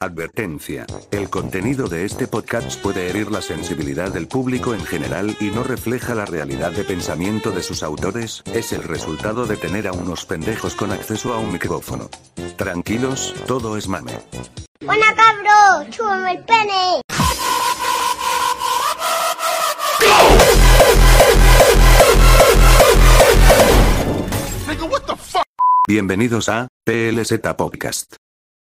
Advertencia. El contenido de este podcast puede herir la sensibilidad del público en general y no refleja la realidad de pensamiento de sus autores, es el resultado de tener a unos pendejos con acceso a un micrófono. Tranquilos, todo es mame. ¡Buena cabro! ¡Chúpame el pene! Bienvenidos a PLZ Podcast.